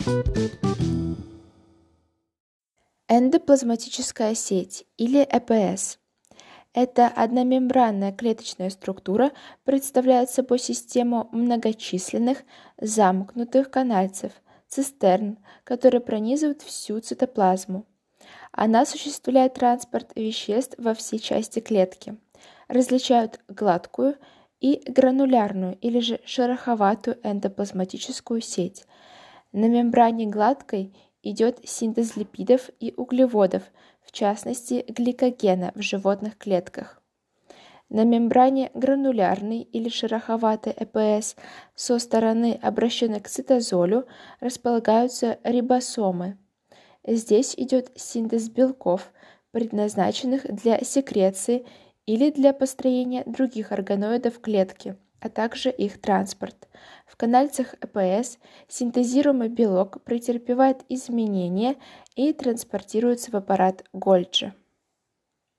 Эндоплазматическая сеть или ЭПС. Это одномембранная клеточная структура, представляет собой систему многочисленных замкнутых канальцев, цистерн, которые пронизывают всю цитоплазму. Она осуществляет транспорт веществ во все части клетки. Различают гладкую и гранулярную или же шероховатую эндоплазматическую сеть. На мембране гладкой идет синтез липидов и углеводов, в частности гликогена в животных клетках. На мембране гранулярной или шероховатой ЭПС со стороны, обращенной к цитозолю, располагаются рибосомы. Здесь идет синтез белков, предназначенных для секреции или для построения других органовидов клетки, а также их транспорт. В канальцах ЭПС синтезируемый белок претерпевает изменения и транспортируется в аппарат Гольджи.